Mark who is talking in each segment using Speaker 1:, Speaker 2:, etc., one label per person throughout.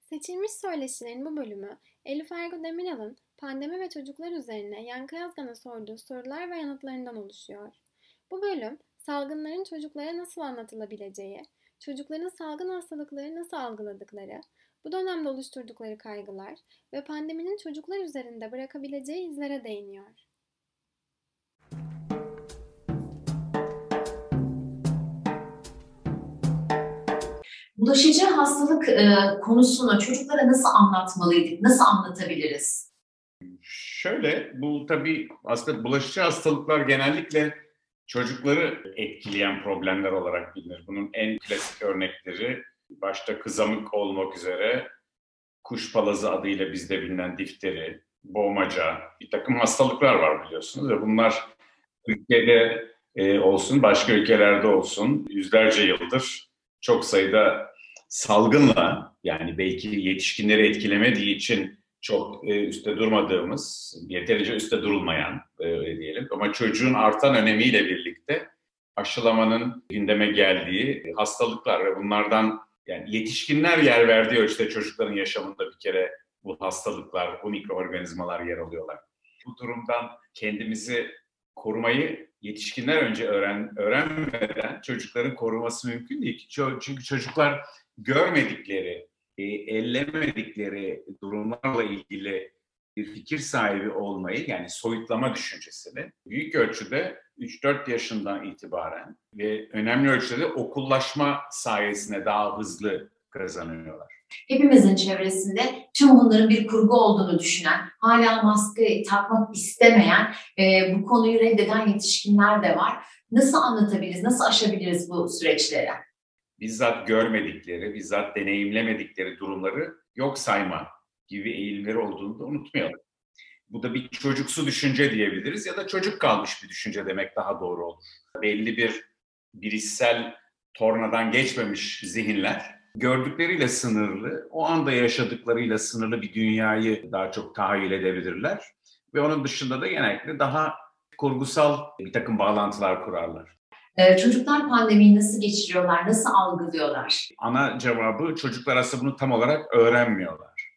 Speaker 1: Seçilmiş Söyleşilerin bu bölümü, Elif Ergo Demiral'ın pandemi ve çocuklar üzerine Yankı Yazgan'a sorduğu sorular ve yanıtlarından oluşuyor. Bu bölüm, salgınların çocuklara nasıl anlatılabileceği, çocukların salgın hastalıkları nasıl algıladıkları, bu dönemde oluşturdukları kaygılar ve pandeminin çocuklar üzerinde bırakabileceği izlere değiniyor.
Speaker 2: Bulaşıcı hastalık konusunu çocuklara nasıl anlatmalıydık, nasıl anlatabiliriz?
Speaker 3: Bu tabii aslında bulaşıcı hastalıklar genellikle çocukları etkileyen problemler olarak bilinir. Bunun en klasik örnekleri başta kızamık olmak üzere kuşpalazı adıyla bizde bilinen difteri, boğmaca, bir takım hastalıklar var biliyorsunuz ve bunlar Türkiye'de olsun, başka ülkelerde olsun yüzlerce yıldır çok sayıda salgınla, yani belki yetişkinleri etkilemediği için çok üstte durmadığımız, yeterince üstte durulmayan öyle diyelim, ama çocuğun artan önemiyle birlikte aşılamanın gündeme geldiği hastalıklar ve bunlardan yani yetişkinler yer verdiği ölçüde çocukların yaşamında bir kere bu hastalıklar, bu mikroorganizmalar yer alıyorlar. Bu durumdan kendimizi korumayı yetişkinler önce öğrenmeden çocukların koruması mümkün değil. Çünkü çocuklar görmedikleri, ellemedikleri durumlarla ilgili bir fikir sahibi olmayı, yani soyutlama düşüncesini büyük ölçüde 3-4 yaşından itibaren ve önemli ölçüde okullaşma sayesinde daha hızlı kazanıyorlar.
Speaker 2: Hepimizin çevresinde tüm bunların bir kurgu olduğunu düşünen, hala maske takmak istemeyen, bu konuyu reddeden yetişkinler de var. Nasıl anlatabiliriz, nasıl aşabiliriz bu süreçleri?
Speaker 3: Bizzat görmedikleri, bizzat deneyimlemedikleri durumları yok sayma gibi eğilimleri olduğunu da unutmayalım. Bu da bir çocuksu düşünce diyebiliriz ya da çocuk kalmış bir düşünce demek daha doğru olur. Belli bir bilişsel tornadan geçmemiş zihinler gördükleriyle sınırlı, o anda yaşadıklarıyla sınırlı bir dünyayı daha çok tahayyül edebilirler. Ve onun dışında da genellikle daha kurgusal bir takım bağlantılar kurarlar.
Speaker 2: Çocuklar pandemiyi nasıl geçiriyorlar, nasıl algılıyorlar?
Speaker 3: Ana cevabı, çocuklar aslında bunu tam olarak öğrenmiyorlar.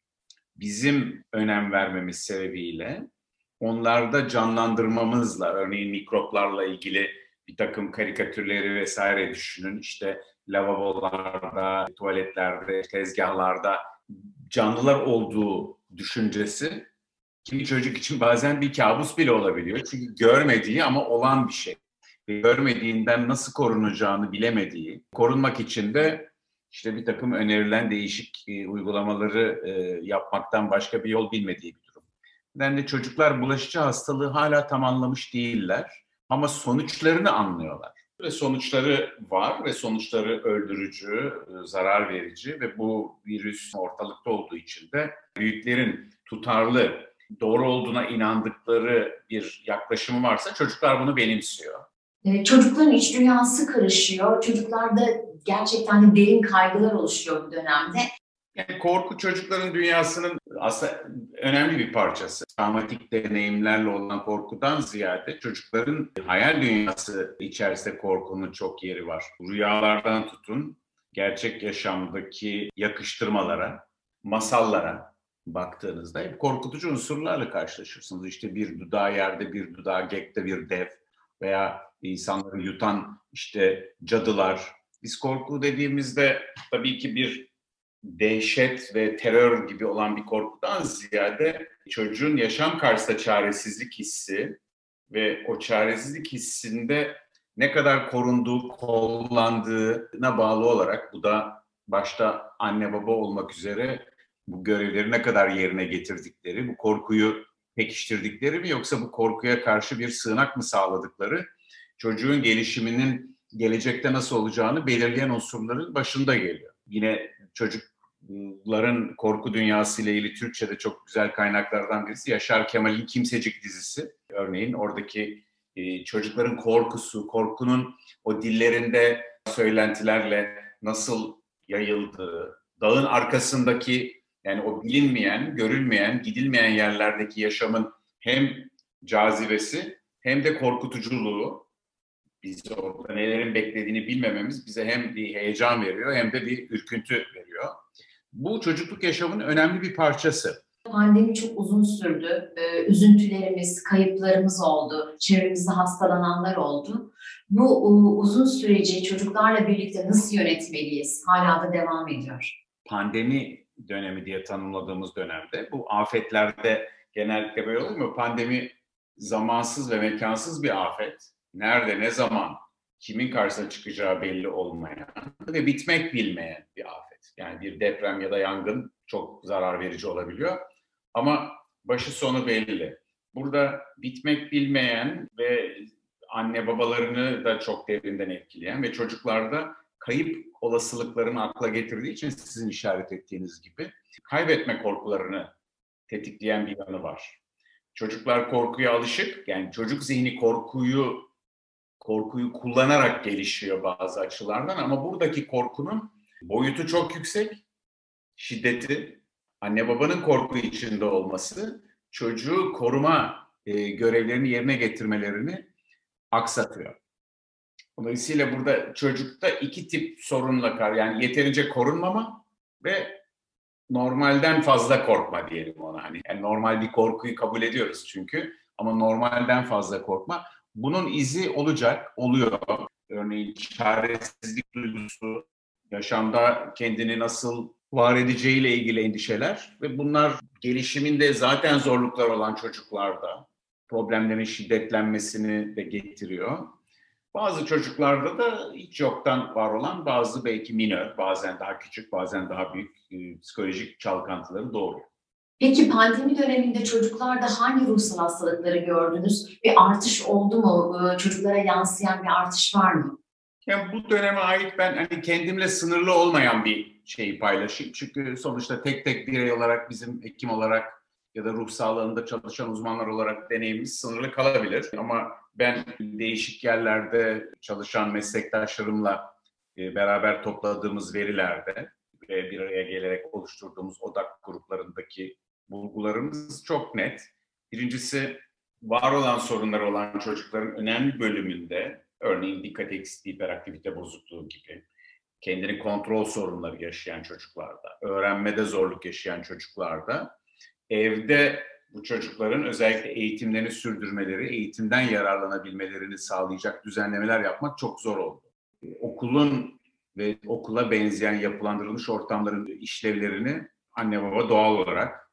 Speaker 3: Bizim önem vermemiz sebebiyle onlarda canlandırmamızla, örneğin mikroplarla ilgili bir takım karikatürleri vesaire düşünün. İşte lavabolarda, tuvaletlerde, tezgahlarda canlılar olduğu düşüncesi kimi çocuk için bazen bir kabus bile olabiliyor. Çünkü görmediği ama olan bir şey. Ve görmediğinden nasıl korunacağını bilemediği, korunmak için de işte bir takım önerilen değişik uygulamaları yapmaktan başka bir yol bilmediği bir durum. Nedenle çocuklar bulaşıcı hastalığı hala tam anlamış değiller ama sonuçlarını anlıyorlar. Ve sonuçları var ve sonuçları öldürücü, zarar verici ve bu virüs ortalıkta olduğu için de büyüklerin tutarlı, doğru olduğuna inandıkları bir yaklaşımı varsa çocuklar bunu benimsiyor.
Speaker 2: Çocukların iç dünyası karışıyor. Çocuklarda gerçekten de derin kaygılar oluşuyor bu dönemde.
Speaker 3: Yani korku çocukların dünyasının aslında önemli bir parçası. Travmatik deneyimlerle olan korkudan ziyade çocukların hayal dünyası içerisinde korkunun çok yeri var. Rüyalardan tutun, gerçek yaşamdaki yakıştırmalara, masallara baktığınızda hep korkutucu unsurlarla karşılaşırsınız. İşte bir dudağı yerde, bir dudağı gökte bir dev veya insanları yutan işte cadılar. Biz korku dediğimizde tabii ki bir dehşet ve terör gibi olan bir korkudan ziyade çocuğun yaşam karşısında çaresizlik hissi ve o çaresizlik hissinde ne kadar korunduğu, kollandığına bağlı olarak, bu da başta anne baba olmak üzere bu görevleri ne kadar yerine getirdikleri, bu korkuyu pekiştirdikleri mi yoksa bu korkuya karşı bir sığınak mı sağladıkları, çocuğun gelişiminin gelecekte nasıl olacağını belirleyen unsurların başında geliyor. Yine çocukların korku dünyası ile ilgili Türkçe'de çok güzel kaynaklardan birisi Yaşar Kemal'in Kimsecik dizisi. Örneğin oradaki çocukların korkusu, korkunun o dillerinde söylentilerle nasıl yayıldığı, dağın arkasındaki, yani o bilinmeyen, görülmeyen, gidilmeyen yerlerdeki yaşamın hem cazibesi hem de korkutuculuğu, biz orada nelerin beklediğini bilmememiz bize hem bir heyecan veriyor hem de bir ürküntü veriyor. Bu çocukluk yaşamının önemli bir parçası.
Speaker 2: Pandemi çok uzun sürdü. Üzüntülerimiz, kayıplarımız oldu. Çevremizde hastalananlar oldu. Bu uzun süreci çocuklarla birlikte nasıl yönetmeliyiz? Hala da devam ediyor.
Speaker 3: Pandemi dönemi diye tanımladığımız dönemde bu afetlerde genellikle böyle olur mu? Pandemi zamansız ve mekansız bir afet. Nerede, ne zaman, kimin karşısına çıkacağı belli olmayan ve bitmek bilmeyen bir afet. Yani bir deprem ya da yangın çok zarar verici olabiliyor. Ama başı sonu belli. Burada bitmek bilmeyen ve anne babalarını da çok derinden etkileyen ve çocuklarda kayıp olasılıklarını akla getirdiği için sizin işaret ettiğiniz gibi kaybetme korkularını tetikleyen bir yanı var. Çocuklar korkuya alışık, yani çocuk zihni korkuyu kullanarak gelişiyor bazı açılardan ama buradaki korkunun boyutu çok yüksek, şiddeti, anne babanın korku içinde olması çocuğu koruma görevlerini yerine getirmelerini aksatıyor. Dolayısıyla burada çocukta iki tip sorunla yani yeterince korunmama ve normalden fazla korkma diyelim ona. Hani yani normal bir korkuyu kabul ediyoruz çünkü ama normalden fazla korkma. Bunun izi olacak, oluyor. Örneğin çaresizlik duygusu, yaşamda kendini nasıl var edeceğiyle ilgili endişeler ve bunlar gelişiminde zaten zorluklar olan çocuklarda problemlerin şiddetlenmesini de getiriyor. Bazı çocuklarda da hiç yoktan var olan bazı belki minör, bazen daha küçük, bazen daha büyük psikolojik çalkantıları doğuruyor.
Speaker 2: Peki pandemi döneminde çocuklarda hangi ruhsal hastalıkları gördünüz? Bir artış oldu mu? Çocuklara yansıyan bir artış var mı?
Speaker 3: Yani bu döneme ait ben hani kendimle sınırlı olmayan bir şeyi paylaşayım. Çünkü sonuçta tek tek birey olarak bizim hekim olarak ya da ruh sağlığında çalışan uzmanlar olarak deneyimimiz sınırlı kalabilir. Ama ben değişik yerlerde çalışan meslektaşlarımla beraber topladığımız verilerde ve bir araya gelerek oluşturduğumuz odak gruplarındaki bulgularımız çok net. Birincisi, var olan sorunları olan çocukların önemli bölümünde, örneğin dikkat eksikliği, hiperaktivite bozukluğu gibi, kendini kontrol sorunları yaşayan çocuklarda, öğrenmede zorluk yaşayan çocuklarda, evde bu çocukların özellikle eğitimlerini sürdürmeleri, eğitimden yararlanabilmelerini sağlayacak düzenlemeler yapmak çok zor oldu. Okulun ve okula benzeyen yapılandırılmış ortamların işlevlerini anne baba doğal olarak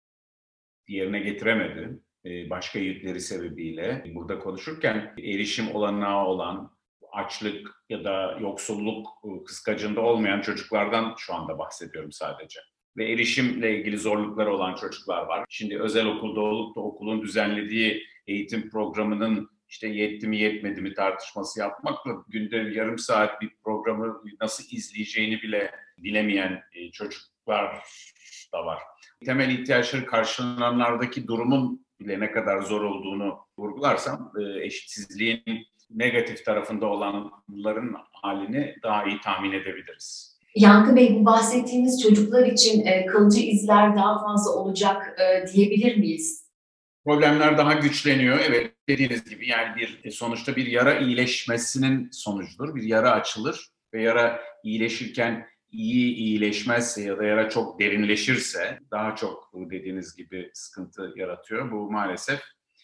Speaker 3: yerine getiremedi. Başka yükleri sebebiyle burada konuşurken erişim olanağı olan, açlık ya da yoksulluk kıskacında olmayan çocuklardan şu anda bahsediyorum sadece. Ve erişimle ilgili zorlukları olan çocuklar var. Şimdi özel okulda olup da okulun düzenlediği eğitim programının işte yetti mi yetmedi mi tartışması yapmakla günde yarım saat bir programı nasıl izleyeceğini bile bilemeyen çocuklar da var. Temel ihtiyaçları karşılananlardaki durumun bile ne kadar zor olduğunu vurgularsam eşitsizliğin negatif tarafında olanların halini daha iyi tahmin edebiliriz.
Speaker 2: Yankı Bey, bu bahsettiğimiz çocuklar için kalıcı izler daha fazla olacak diyebilir miyiz?
Speaker 3: Problemler daha güçleniyor. Evet, dediğiniz gibi yani sonuçta bir yara iyileşmesinin sonucudur. Bir yara açılır ve yara iyileşirken iyi iyileşmezse ya da yara çok derinleşirse daha çok dediğiniz gibi sıkıntı yaratıyor. Bu maalesef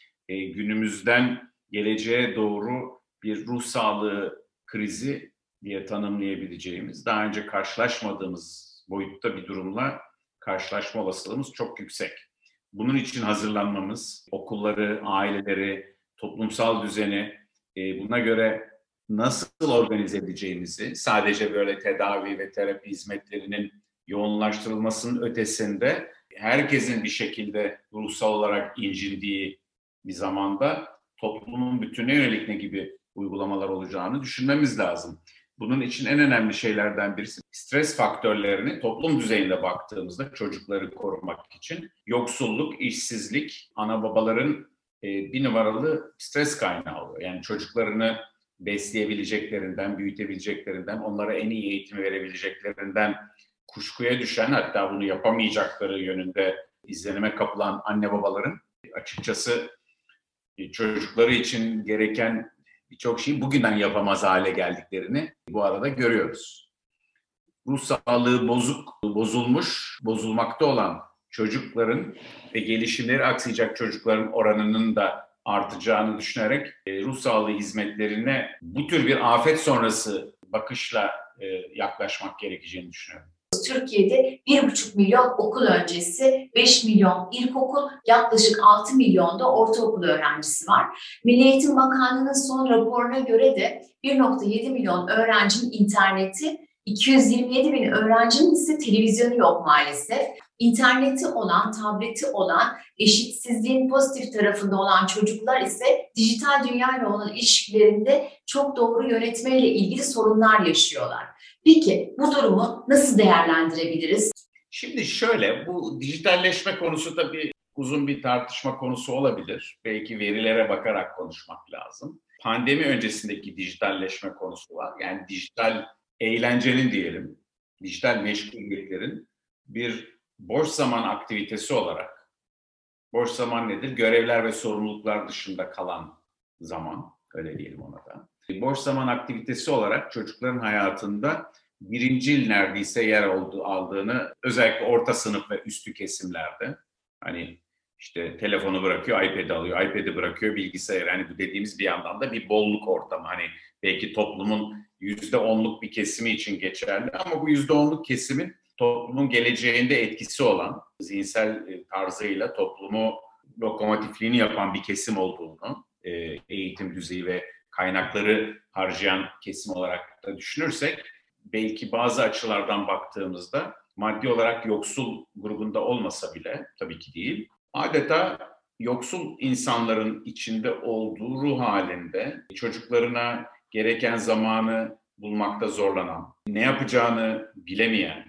Speaker 3: günümüzden geleceğe doğru bir ruh sağlığı krizi diye tanımlayabileceğimiz, daha önce karşılaşmadığımız boyutta bir durumla karşılaşma olasılığımız çok yüksek. Bunun için hazırlanmamız, okulları, aileleri, toplumsal düzeni buna göre nasıl organize edeceğimizi, sadece böyle tedavi ve terapi hizmetlerinin yoğunlaştırılmasının ötesinde herkesin bir şekilde ruhsal olarak incindiği bir zamanda toplumun bütününe yönelik ne gibi uygulamalar olacağını düşünmemiz lazım. Bunun için en önemli şeylerden birisi stres faktörlerini toplum düzeyinde baktığımızda çocukları korumak için yoksulluk, işsizlik, ana babaların bir numaralı stres kaynağı oluyor. Yani çocuklarını besleyebileceklerinden, büyütebileceklerinden, onlara en iyi eğitimi verebileceklerinden kuşkuya düşen, hatta bunu yapamayacakları yönünde izlenime kapılan anne babaların açıkçası çocukları için gereken birçok şeyi bugünden yapamaz hale geldiklerini bu arada görüyoruz. ruh sağlığı bozulmuş, bozulmakta olan çocukların ve gelişimleri aksayacak çocukların oranının da artacağını düşünerek ruh sağlığı hizmetlerine bu tür bir afet sonrası bakışla yaklaşmak gerekeceğini düşünüyorum.
Speaker 2: Türkiye'de 1,5 milyon okul öncesi, 5 milyon ilkokul, yaklaşık 6 milyon da ortaokul öğrencisi var. Milli Eğitim Bakanlığı'nın son raporuna göre de 1,7 milyon öğrencinin interneti, 227 bin öğrencinin ise televizyonu yok maalesef. İnterneti olan, tableti olan, eşitsizliğin pozitif tarafında olan çocuklar ise dijital dünyayla olan ilişkilerinde çok doğru yönetmeyle ilgili sorunlar yaşıyorlar. Peki bu durumu nasıl değerlendirebiliriz?
Speaker 3: Şimdi şöyle, bu dijitalleşme konusu tabii uzun bir tartışma konusu olabilir. Belki verilere bakarak konuşmak lazım. Pandemi öncesindeki dijitalleşme konusu var. Yani dijital eğlencenin diyelim, dijital meşguliyetlerin bir boş zaman aktivitesi olarak, boş zaman nedir? Görevler ve sorumluluklar dışında kalan zaman, öyle diyelim ona da. Boş zaman aktivitesi olarak çocukların hayatında birincil neredeyse yer aldığını, özellikle orta sınıf ve üstü kesimlerde, hani işte telefonu bırakıyor, iPad'i alıyor, iPad'i bırakıyor, bilgisayar. Yani bu dediğimiz bir yandan da bir bolluk ortamı. Hani belki toplumun %10'luk bir kesimi için geçerli ama bu %10'luk kesimin toplumun geleceğinde etkisi olan, zihinsel tarzıyla toplumu lokomotifliğini yapan bir kesim olduğunu, eğitim düzeyi ve kaynakları harcayan kesim olarak da düşünürsek, belki bazı açılardan baktığımızda maddi olarak yoksul grubunda olmasa bile, tabii ki değil, adeta yoksul insanların içinde olduğu ruh halinde çocuklarına gereken zamanı bulmakta zorlanan, ne yapacağını bilemeyen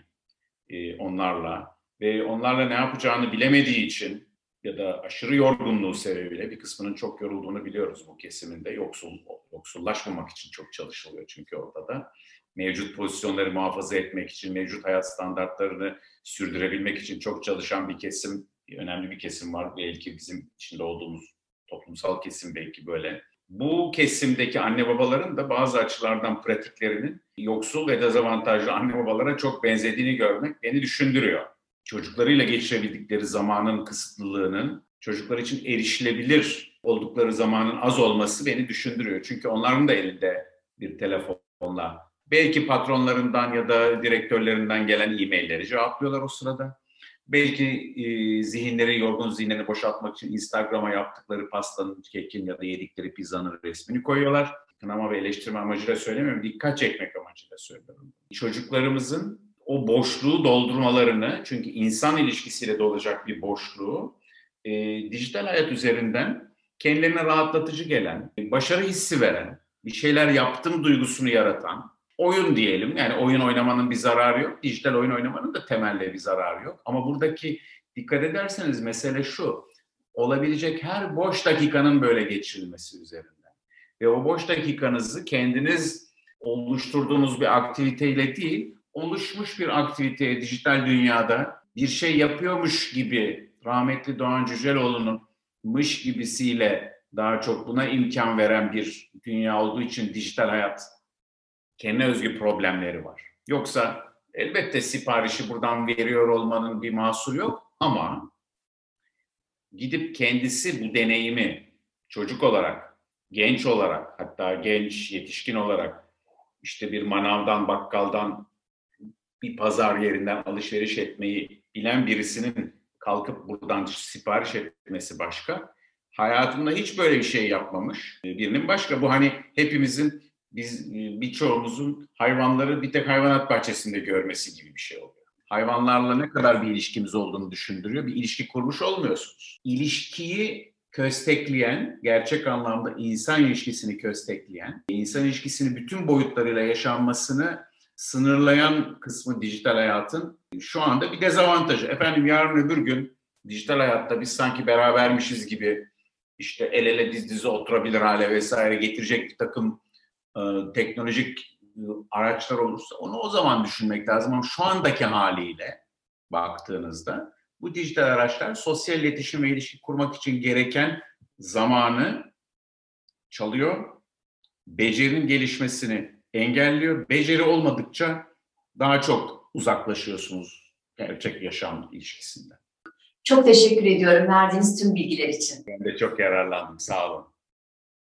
Speaker 3: onlarla ve onlarla ne yapacağını bilemediği için ya da aşırı yorgunluğu sebebiyle, bir kısmının çok yorulduğunu biliyoruz bu kesiminde, yoksullaşmamak için çok çalışılıyor çünkü orada da. Mevcut pozisyonları muhafaza etmek için, mevcut hayat standartlarını sürdürebilmek için çok çalışan bir kesim, önemli bir kesim var. Belki bizim içinde olduğumuz toplumsal kesim belki böyle. Bu kesimdeki anne babaların da bazı açılardan pratiklerinin yoksul ve dezavantajlı anne babalara çok benzediğini görmek beni düşündürüyor. Çocuklarıyla geçirebildikleri zamanın kısıtlılığının çocuklar için erişilebilir oldukları zamanın az olması beni düşündürüyor. Çünkü onların da elinde bir telefonla belki patronlarından ya da direktörlerinden gelen e-mailleri cevaplıyorlar o sırada. Belki yorgun zihinlerini boşaltmak için Instagram'a yaptıkları pastanın, kekin ya da yedikleri pizzanın resmini koyuyorlar. Kınama ve eleştirme amacıyla söylemiyorum, dikkat çekmek amacıyla söylüyorum. Çocuklarımızın o boşluğu doldurmalarını, çünkü insan ilişkisiyle de olacak bir boşluğu, dijital hayat üzerinden kendilerine rahatlatıcı gelen, başarı hissi veren, bir şeyler yaptım duygusunu yaratan, oyun diyelim, yani oyun oynamanın bir zararı yok. Dijital oyun oynamanın da temelde bir zararı yok. Ama buradaki dikkat ederseniz mesele şu, olabilecek her boş dakikanın böyle geçirilmesi üzerinden. Ve o boş dakikanızı kendiniz oluşturduğunuz bir aktiviteyle değil, oluşmuş bir aktiviteye dijital dünyada bir şey yapıyormuş gibi, rahmetli Doğan Cüceloğlu'nun mış gibisiyle daha çok buna imkan veren bir dünya olduğu için dijital hayat kendine özgü problemleri var. Yoksa elbette siparişi buradan veriyor olmanın bir mahsuru yok ama gidip kendisi bu deneyimi çocuk olarak, genç olarak, hatta genç, yetişkin olarak işte bir manavdan, bakkaldan, bir pazar yerinden alışveriş etmeyi bilen birisinin kalkıp buradan sipariş etmesi başka. Hayatında hiç böyle bir şey yapmamış birinin başka. Bu hani hepimizin, birçoğumuzun hayvanları bir tek hayvanat bahçesinde görmesi gibi bir şey oluyor. Hayvanlarla ne kadar bir ilişkimiz olduğunu düşündürüyor. Bir ilişki kurmuş olmuyorsunuz. İlişkiyi köstekleyen, gerçek anlamda insan ilişkisini köstekleyen, insan ilişkisini bütün boyutlarıyla yaşanmasını sınırlayan kısmı dijital hayatın şu anda bir dezavantajı. Efendim yarın öbür gün dijital hayatta biz sanki berabermişiz gibi işte el ele diz dize oturabilir hale vesaire getirecek bir takım teknolojik araçlar olursa onu o zaman düşünmek lazım. Ama şu andaki haliyle baktığınızda bu dijital araçlar sosyal iletişim ve ilişki kurmak için gereken zamanı çalıyor, becerinin gelişmesini engelliyor. Beceri olmadıkça daha çok uzaklaşıyorsunuz gerçek yaşam ilişkisinden.
Speaker 2: Çok teşekkür ediyorum verdiğiniz tüm bilgiler için.
Speaker 3: Ben de çok yararlandım. Sağ olun.